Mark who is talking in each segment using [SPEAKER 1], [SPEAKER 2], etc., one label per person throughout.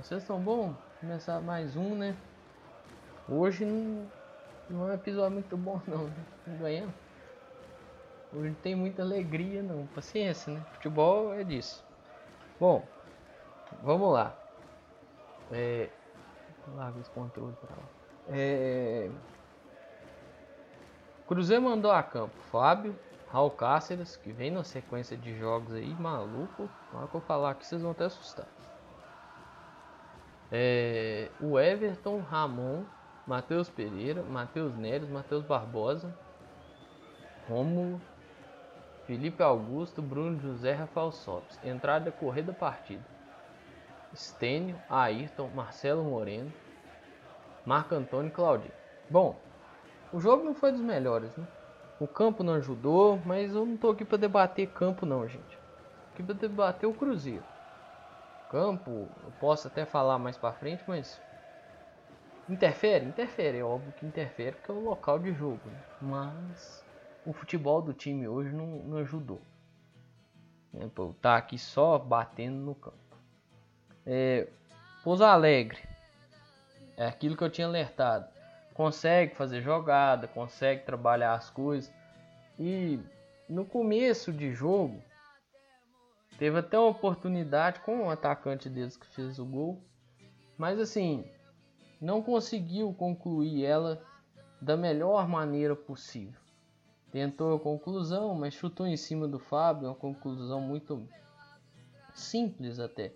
[SPEAKER 1] Vocês estão bom? Começar mais um, né? Hoje não é um episódio muito bom não, né? Não ganhamos. Hoje não tem muita alegria não, paciência, né? Futebol é disso. Bom, vamos lá. Larga esse controle pra lá. Cruzeiro mandou a campo Fábio, Raul Cáceres, que vem na sequência de jogos aí, maluco. Na hora que eu falar aqui vocês vão até assustar. O Everton, Ramon, Matheus Pereira, Matheus Neres, Matheus Barbosa, Rômulo, Felipe Augusto, Bruno José, Rafael Sopes. Entrada corrida da partida: Stênio, Ayrton, Marcelo Moreno, Marco Antônio e Claudinho. Bom, o jogo não foi dos melhores, né? O campo não ajudou, mas eu não tô aqui para debater campo não, gente. Aqui para debater o Cruzeiro. Campo, eu posso até falar mais para frente, mas interfere, é óbvio que interfere porque é o local de jogo, né? Mas o futebol do time hoje não ajudou. Tá aqui só batendo no campo. Pouso Alegre, é aquilo que eu tinha alertado. Consegue fazer jogada, consegue trabalhar as coisas. E no começo de jogo, teve até uma oportunidade com o atacante deles que fez o gol. Mas assim, não conseguiu concluir ela da melhor maneira possível. Tentou a conclusão, mas chutou em cima do Fábio. Uma conclusão muito simples até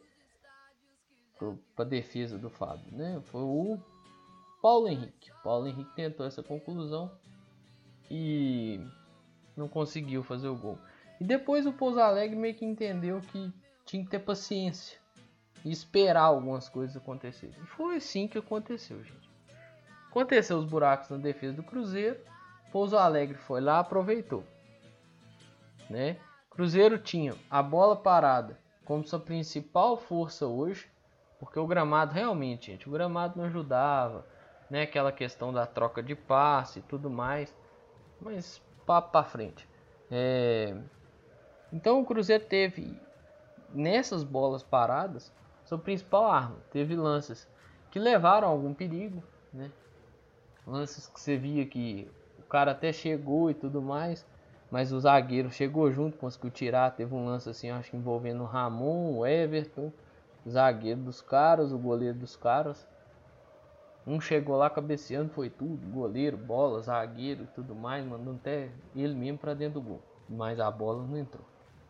[SPEAKER 1] para a defesa do Fábio, né? Foi o Paulo Henrique. Paulo Henrique tentou essa conclusão e não conseguiu fazer o gol. E depois o Pouso Alegre meio que entendeu que tinha que ter paciência e esperar algumas coisas acontecerem. E foi assim que aconteceu, gente. Aconteceu os buracos na defesa do Cruzeiro. Pouso Alegre foi lá, aproveitou, né? Cruzeiro tinha a bola parada como sua principal força hoje, porque o gramado realmente, gente, o gramado não ajudava, né? Aquela questão da troca de passe e tudo mais, mas papo para frente. Então o Cruzeiro teve nessas bolas paradas sua principal arma. Teve lances que levaram a algum perigo, né? Lances que você via que o cara até chegou e tudo mais, mas o zagueiro chegou junto, conseguiu tirar. Teve um lance assim, acho que envolvendo o Ramon, o Everton, o zagueiro dos caras, o goleiro dos caras. Um chegou lá cabeceando, foi tudo, goleiro, bola, zagueiro e tudo mais, mandando até ele mesmo para dentro do gol, mas a bola não entrou.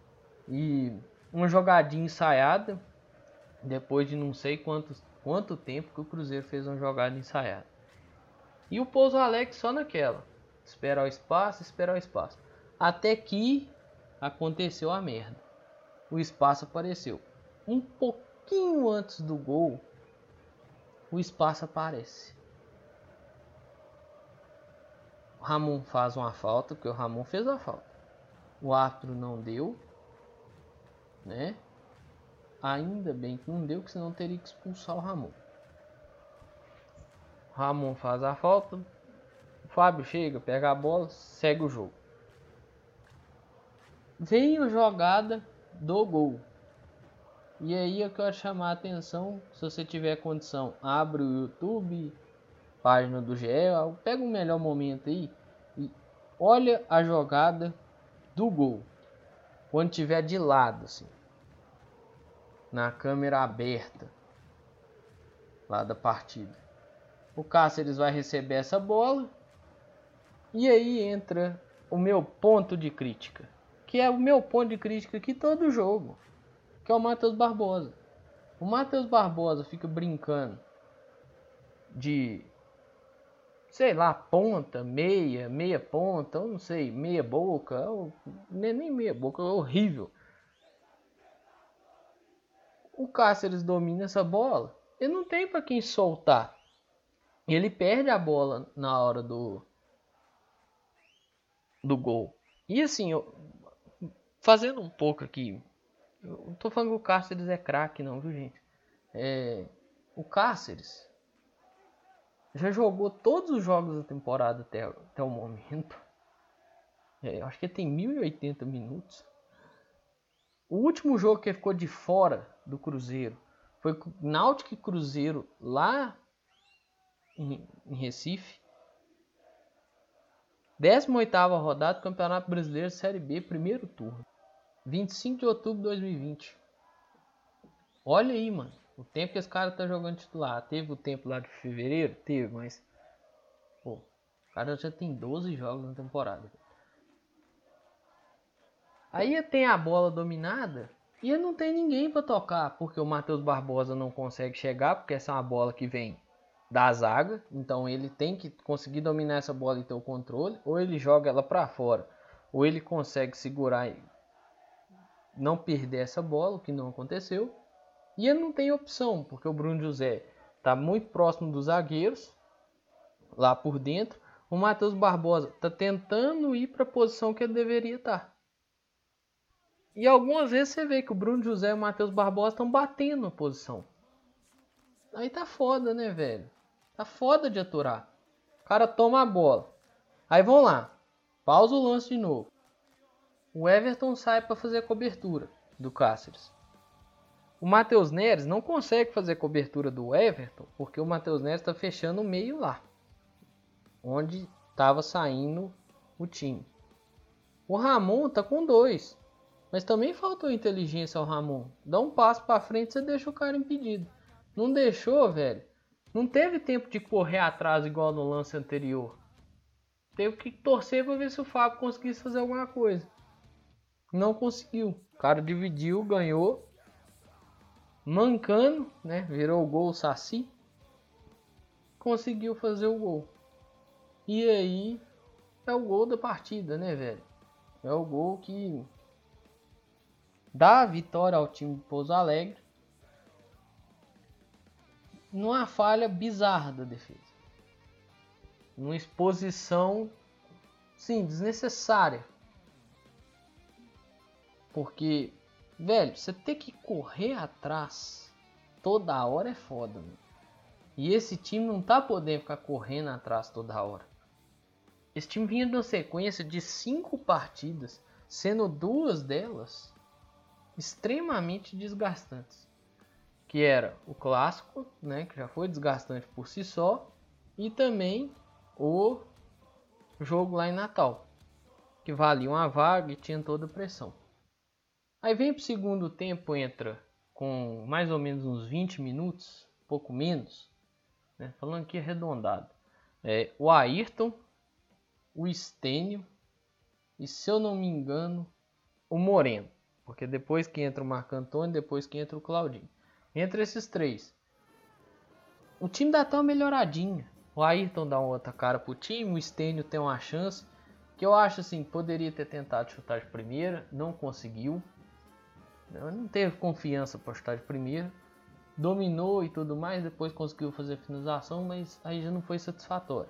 [SPEAKER 1] E uma jogadinha ensaiada, depois de não sei quanto tempo que o Cruzeiro fez uma jogada ensaiada. E o Pouso Alegre só naquela, esperar o espaço. Até que aconteceu a merda. O espaço apareceu. Um pouquinho antes do gol, o espaço aparece. O Ramon faz uma falta, porque o Ramon fez a falta. O árbitro não deu, né? Ainda bem que não deu, que senão teria que expulsar o Ramon. O Ramon faz a falta. O Fábio chega, pega a bola, segue o jogo. Vem a jogada do gol. E aí eu quero chamar a atenção, se você tiver condição, abre o YouTube, página do GE, pega o melhor momento aí e olha a jogada do gol. Quando tiver de lado, assim, na câmera aberta lá da partida. O Cáceres vai receber essa bola e aí entra o meu ponto de crítica, que é o meu ponto de crítica aqui todo jogo, que é o Matheus Barbosa. O Matheus Barbosa fica brincando de, sei lá, ponta, meia ponta, eu não sei, meia boca, nem meia boca, é horrível. O Cáceres domina essa bola, ele não tem para quem soltar. Ele perde a bola na hora do gol. E assim, fazendo um pouco aqui, eu não tô falando que o Cáceres é craque não, viu gente? O Cáceres já jogou todos os jogos da temporada até o momento. Acho que ele tem 1080 minutos. O último jogo que ele ficou de fora do Cruzeiro Foi com Náutico e Cruzeiro lá em Recife. 18ª rodada do Campeonato Brasileiro Série B, primeiro turno. 25 de outubro de 2020. Olha aí, mano. O tempo que esse cara tá jogando titular. Teve o tempo lá de fevereiro? Teve, mas... Pô, o cara já tem 12 jogos na temporada. Aí tem a bola dominada e não tem ninguém para tocar, porque o Matheus Barbosa não consegue chegar, porque essa é uma bola que vem da zaga, então ele tem que conseguir dominar essa bola e ter o controle, ou ele joga ela para fora, ou ele consegue segurar e não perder essa bola, o que não aconteceu. E ele não tem opção, porque o Bruno José está muito próximo dos zagueiros, lá por dentro. O Matheus Barbosa está tentando ir para a posição que ele deveria estar. E algumas vezes você vê que o Bruno José e o Matheus Barbosa estão batendo a posição. Aí tá foda, né, velho? Tá foda de aturar. O cara toma a bola. Aí vão lá. Pausa o lance de novo. O Everton sai para fazer a cobertura do Cáceres. O Matheus Neres não consegue fazer a cobertura do Everton, porque o Matheus Neres está fechando o meio lá, onde estava saindo o time. O Ramon tá com 2. Mas também faltou inteligência ao Ramon. Dá um passo para frente, você deixa o cara impedido. Não deixou, velho. Não teve tempo de correr atrás igual no lance anterior. Teve que torcer para ver se o Fábio conseguisse fazer alguma coisa. Não conseguiu. O cara dividiu, ganhou. Mancando, né? Virou o gol o Saci. Conseguiu fazer o gol. E aí é o gol da partida, né, velho? É o gol que dá a vitória ao time de Pouso Alegre numa falha bizarra da defesa. Numa exposição, sim, desnecessária. Porque, velho, você ter que correr atrás toda hora é foda, mano. E esse time não tá podendo ficar correndo atrás toda hora. Esse time vinha de uma sequência de 5 partidas, sendo 2 delas extremamente desgastantes. Que era o clássico, né, que já foi desgastante por si só, e também o jogo lá em Natal, que valia uma vaga e tinha toda a pressão. Aí vem pro segundo tempo, entra com mais ou menos uns 20 minutos, pouco menos, né, falando aqui arredondado, o Ayrton, o Stênio e, se eu não me engano, o Moreno. Porque depois que entra o Marco Antônio, depois que entra o Claudinho. Entre esses 3, o time dá até uma melhoradinha. O Ayrton dá uma outra cara pro time, o Stênio tem uma chance, que eu acho assim, poderia ter tentado chutar de primeira, não conseguiu. Não teve confiança para chutar de primeira. Dominou e tudo mais, depois conseguiu fazer a finalização, mas aí já não foi satisfatório.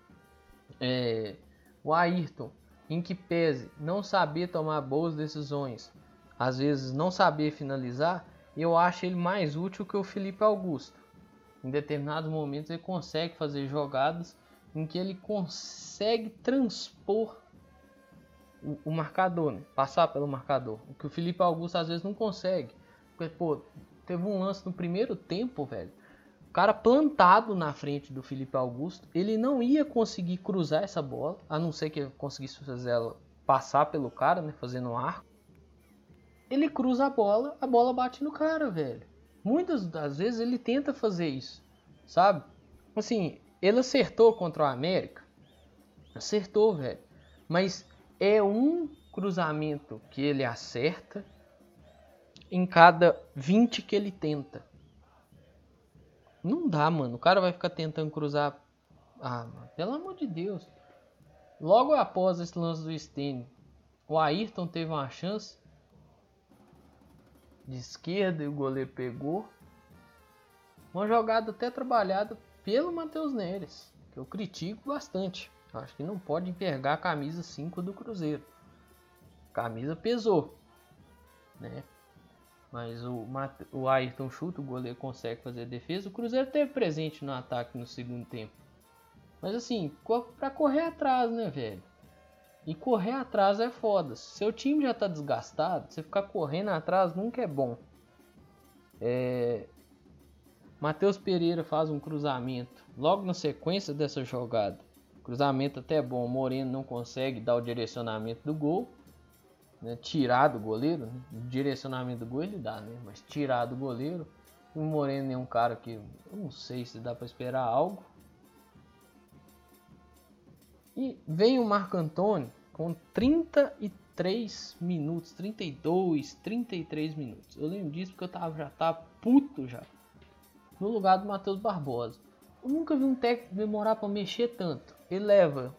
[SPEAKER 1] O Ayrton, em que pese não saber tomar boas decisões, às vezes não saber finalizar, eu acho ele mais útil que o Felipe Augusto. Em determinados momentos ele consegue fazer jogadas em que ele consegue transpor o marcador, né? Passar pelo marcador. O que o Felipe Augusto às vezes não consegue. Porque, pô, teve um lance no primeiro tempo, velho. O cara plantado na frente do Felipe Augusto, ele não ia conseguir cruzar essa bola, a não ser que ele conseguisse fazer ela passar pelo cara, né, fazendo um arco. Ele cruza a bola bate no cara, velho. Muitas das vezes ele tenta fazer isso, sabe? Assim, ele acertou contra o América, acertou, velho. Mas é um cruzamento que ele acerta em cada 20 que ele tenta. Não dá, mano. O cara vai ficar tentando cruzar. Ah, mano, pelo amor de Deus. Logo após esse lance do Stênio, o Ayrton teve uma chance de esquerda e o goleiro pegou. Uma jogada até trabalhada pelo Matheus Neres, que eu critico bastante. Acho que não pode envergar a camisa 5 do Cruzeiro. A camisa pesou, né? Mas o Ayrton chuta, o goleiro consegue fazer a defesa. O Cruzeiro teve presente no ataque no segundo tempo. Mas assim, pra correr atrás, né, velho? E correr atrás é foda. Se seu time já tá desgastado, você ficar correndo atrás nunca é bom. Matheus Pereira faz um cruzamento logo na sequência dessa jogada. Cruzamento até bom, o Moreno não consegue dar o direcionamento do gol, né? Tirar do goleiro, né? O direcionamento do gol ele dá, né? Mas tirar do goleiro. O Moreno é um cara que eu não sei se dá para esperar algo. E vem o Marco Antônio com 33 minutos, 32, 33 minutos. Eu lembro disso porque eu já tava puto já. No lugar do Matheus Barbosa. Eu nunca vi um técnico demorar para mexer tanto. Ele leva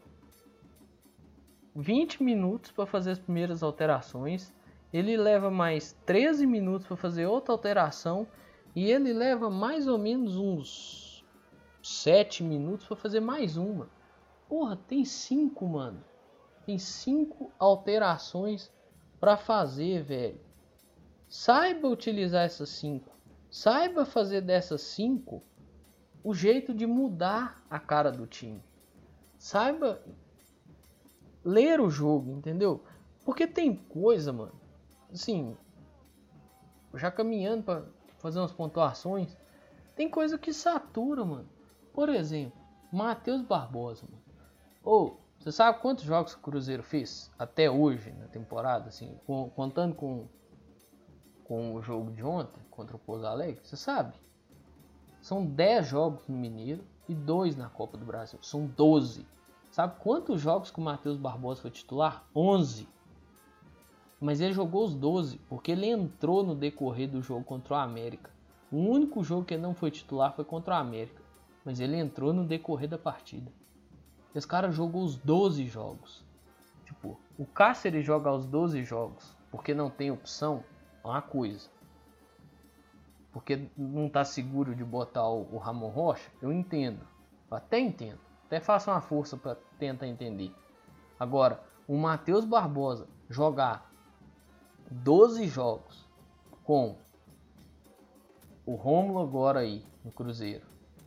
[SPEAKER 1] 20 minutos para fazer as primeiras alterações. Ele leva mais 13 minutos para fazer outra alteração. E ele leva mais ou menos uns 7 minutos para fazer mais uma. Porra, tem 5, mano. Tem 5 alterações para fazer, velho. Saiba utilizar essas 5. Saiba fazer dessas 5 o jeito de mudar a cara do time. Saiba ler o jogo, entendeu? Porque tem coisa, mano. Assim, já caminhando para fazer umas pontuações, tem coisa que satura, mano. Por exemplo, Matheus Barbosa, mano. Ou, você sabe quantos jogos que o Cruzeiro fez até hoje na temporada, assim, contando com o jogo de ontem contra o Pouso Alegre? Você sabe? São 10 jogos no Mineiro e 2 na Copa do Brasil. São 12. Sabe quantos jogos que o Matheus Barbosa foi titular? 11. Mas ele jogou os 12 porque ele entrou no decorrer do jogo contra o América. O único jogo que ele não foi titular foi contra o América. Mas ele entrou no decorrer da partida. Esse cara jogou os 12 jogos. Tipo, o Cáceres joga os 12 jogos porque não tem opção, é uma coisa. Porque não tá seguro de botar o Ramon Rocha, eu entendo. Até entendo. Até faço uma força para tentar entender. Agora, o Matheus Barbosa jogar 12 jogos com o Rômulo agora aí no Cruzeiro,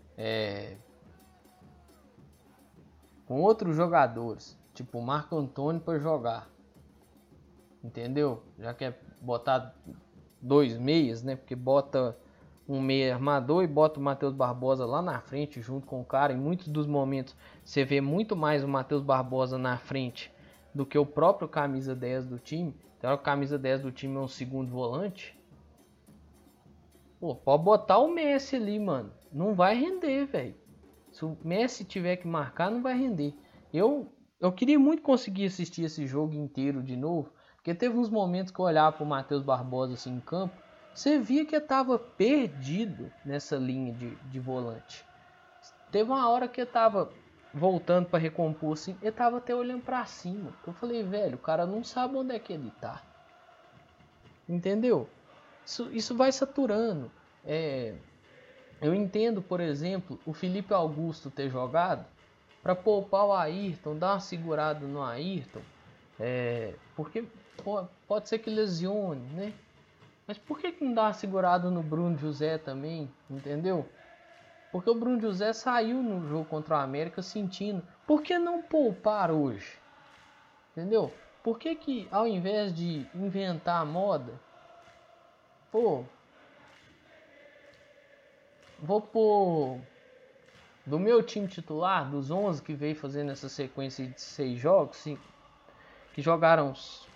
[SPEAKER 1] com outros jogadores, tipo o Marco Antônio para jogar, entendeu? Já quer botar 2 meias, né? Porque bota um meia armador e bota o Matheus Barbosa lá na frente junto com o cara. Em muitos dos momentos você vê muito mais o Matheus Barbosa na frente do que o próprio camisa 10 do time. Então o camisa 10 do time é um segundo volante. Pô, pode botar o Messi ali, mano. Não vai render, velho. Se o Messi tiver que marcar, não vai render. Eu queria muito conseguir assistir esse jogo inteiro de novo. Porque teve uns momentos que eu olhava pro Matheus Barbosa assim em campo. Você via que eu tava perdido nessa linha de volante. Teve uma hora que eu tava voltando para recompor assim. Eu tava até olhando para cima. Eu falei, velho, o cara não sabe onde é que ele tá. Entendeu? Isso vai saturando. Eu entendo, por exemplo, o Felipe Augusto ter jogado para poupar o Ayrton, dar uma segurada no Ayrton. Porque pode ser que lesione, né? Mas por que não dá uma segurada no Bruno José também, entendeu? Porque o Bruno José saiu no jogo contra o América sentindo. Por que não poupar hoje? Entendeu? Por que ao invés de inventar a moda, vou pôr do meu time titular, dos 11 que veio fazendo essa sequência de 6 jogos, que jogaram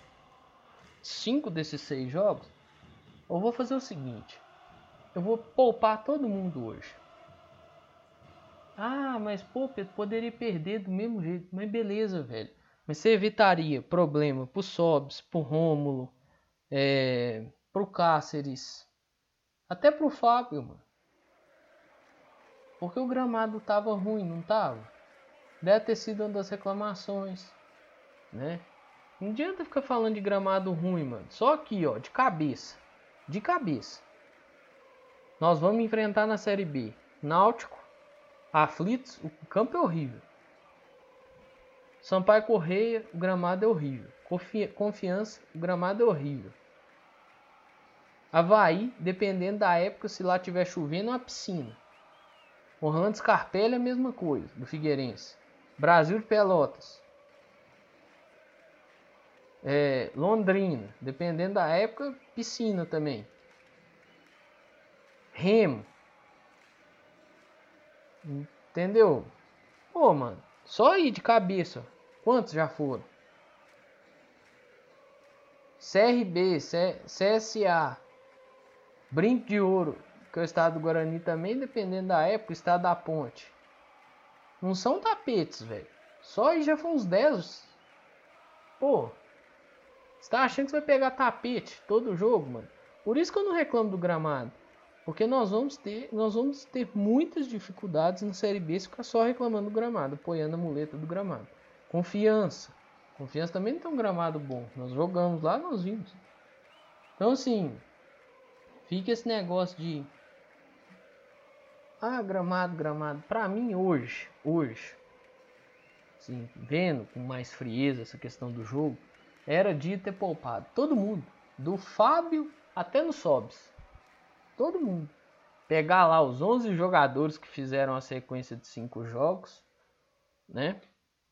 [SPEAKER 1] 5 desses 6 jogos, eu vou fazer o seguinte. Eu vou poupar todo mundo hoje. Ah, mas pô, poderia perder do mesmo jeito. Mas beleza, velho. Mas você evitaria problema pro Sobs, pro Rômulo, pro Cáceres, até pro Fábio, mano. Porque o gramado tava ruim, não tava? Deve ter sido uma das reclamações, né? Não adianta ficar falando de gramado ruim, mano. Só aqui, ó, de cabeça. De cabeça. Nós vamos enfrentar na Série B Náutico, Aflitos, o campo é horrível. Sampaio Correia, o gramado é horrível. Confiança, o gramado é horrível. Avaí, dependendo da época, se lá tiver chovendo, é uma piscina. Orlando Scarpelli é a mesma coisa, do Figueirense. Brasil de Pelotas. Londrina, dependendo da época, piscina também. Remo. Entendeu? Pô, mano, só aí de cabeça. Quantos já foram? CRB, CSA, Brinco de Ouro, que é o estado do Guarani também, dependendo da época, o estado da Ponte. Não são tapetes, velho. Só aí já foi uns 10. Pô, você tá achando que você vai pegar tapete todo jogo, mano? Por isso que eu não reclamo do gramado. Porque nós vamos ter muitas dificuldades na Série B se ficar só reclamando do gramado, apoiando a muleta do gramado. Confiança. Confiança também não tem um gramado bom. Nós jogamos lá, nós vimos. Então, assim, fica esse negócio de... Ah, gramado, gramado. Pra mim, hoje, assim, vendo com mais frieza essa questão do jogo, era de ter poupado todo mundo. Do Fábio até no Sobs. Todo mundo. Pegar lá os 11 jogadores que fizeram a sequência de 5 jogos, né?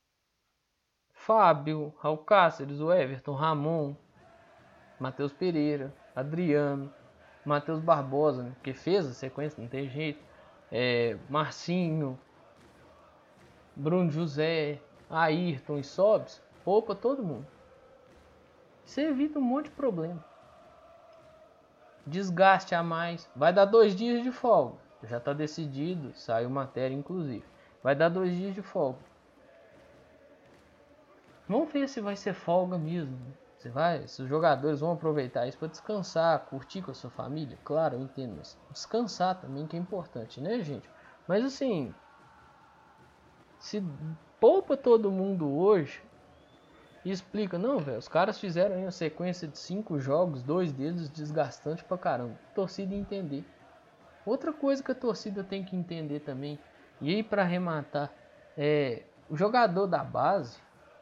[SPEAKER 1] Fábio, Raul Cáceres, o Everton, Ramon, Matheus Pereira, Adriano, Matheus Barbosa, né? Que fez a sequência, não tem jeito. Marcinho, Bruno José, Ayrton e Sobs, poupa todo mundo. Você evita um monte de problema. Desgaste a mais. Vai dar 2 dias de folga. Já está decidido, saiu matéria inclusive. Vai dar 2 dias de folga. Vamos ver se vai ser folga mesmo. Se os jogadores vão aproveitar isso para descansar, curtir com a sua família. Claro, eu entendo, mas descansar também que é importante, né, gente? Mas assim, se poupa todo mundo hoje e explica, não, velho, os caras fizeram aí uma sequência de 5 jogos, 2 deles desgastantes pra caramba. Torcida entender. Outra coisa que a torcida tem que entender também, e aí para arrematar, o jogador da base,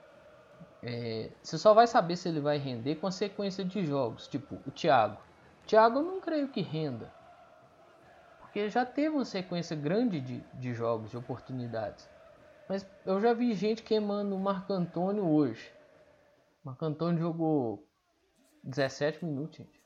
[SPEAKER 1] você só vai saber se ele vai render com a sequência de jogos, tipo o Thiago. O Thiago eu não creio que renda, porque já teve uma sequência grande de jogos, de oportunidades. Mas eu já vi gente queimando o Marco Antônio hoje. O Marco Antônio jogou 17 minutos, gente.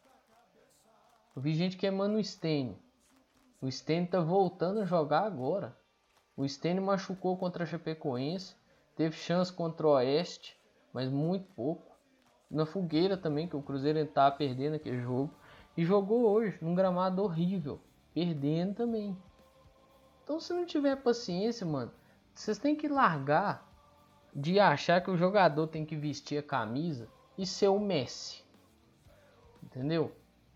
[SPEAKER 1] Eu vi gente queimando o Stênio. O Stênio tá voltando a jogar agora. O Stênio machucou contra a Chapecoense, teve chance contra o Oeste, mas muito pouco. Na fogueira também, que o Cruzeiro estava perdendo aquele jogo. E jogou hoje, num gramado horrível, perdendo também. Então se não tiver paciência, mano, vocês têm que largar de achar que o jogador tem que vestir a camisa e ser o Messi. Entendeu?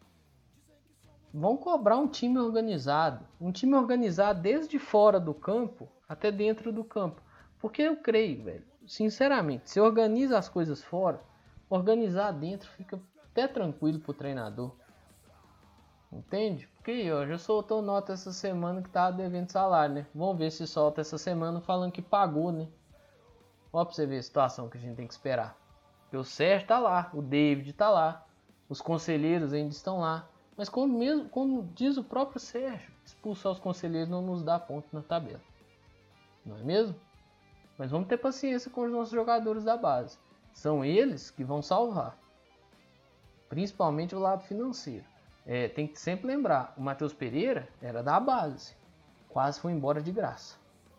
[SPEAKER 1] Vão cobrar um time organizado. Um time organizado desde fora do campo até dentro do campo. Porque eu creio, velho, sinceramente, se organiza as coisas fora, organizar dentro fica até tranquilo pro treinador. Entende? Porque ó, já soltou nota essa semana que tava devendo salário, né? Vamos ver se solta essa semana falando que pagou, né? Ó, pra você ver a situação que a gente tem que esperar. Porque o Sérgio tá lá, o David tá lá, os conselheiros ainda estão lá. Mas como diz o próprio Sérgio, expulsar os conselheiros não nos dá ponto na tabela. Não é mesmo? Mas vamos ter paciência com os nossos jogadores da base. São eles que vão salvar. Principalmente o lado financeiro. Tem que sempre lembrar, o Matheus Pereira era da base. Quase foi embora de graça.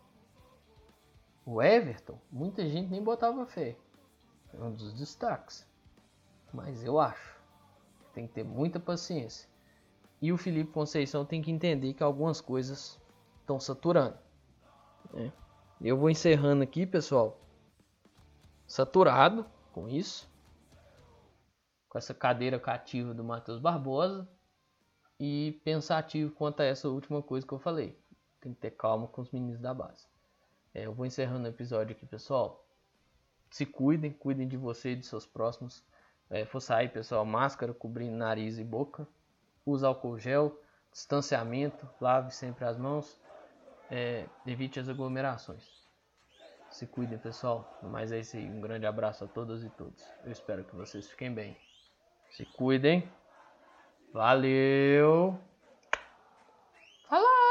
[SPEAKER 1] O Everton, muita gente nem botava fé. É um dos destaques. Mas eu acho que tem que ter muita paciência. E o Felipe Conceição tem que entender que algumas coisas estão saturando. Né? Eu vou encerrando aqui, pessoal. Saturado com isso. Com essa cadeira cativa do Matheus Barbosa. E pensativo quanto a essa última coisa que eu falei. Tem que ter calma com os meninos da base. Eu vou encerrando o episódio aqui, pessoal. Se cuidem, cuidem de você e de seus próximos. For sair, pessoal, máscara cobrindo nariz e boca. Use álcool gel, distanciamento, lave sempre as mãos. Evite as aglomerações. Se cuidem, pessoal. Mas é isso aí. Um grande abraço a todas e todos. Eu espero que vocês fiquem bem. Se cuidem. Valeu! Falou!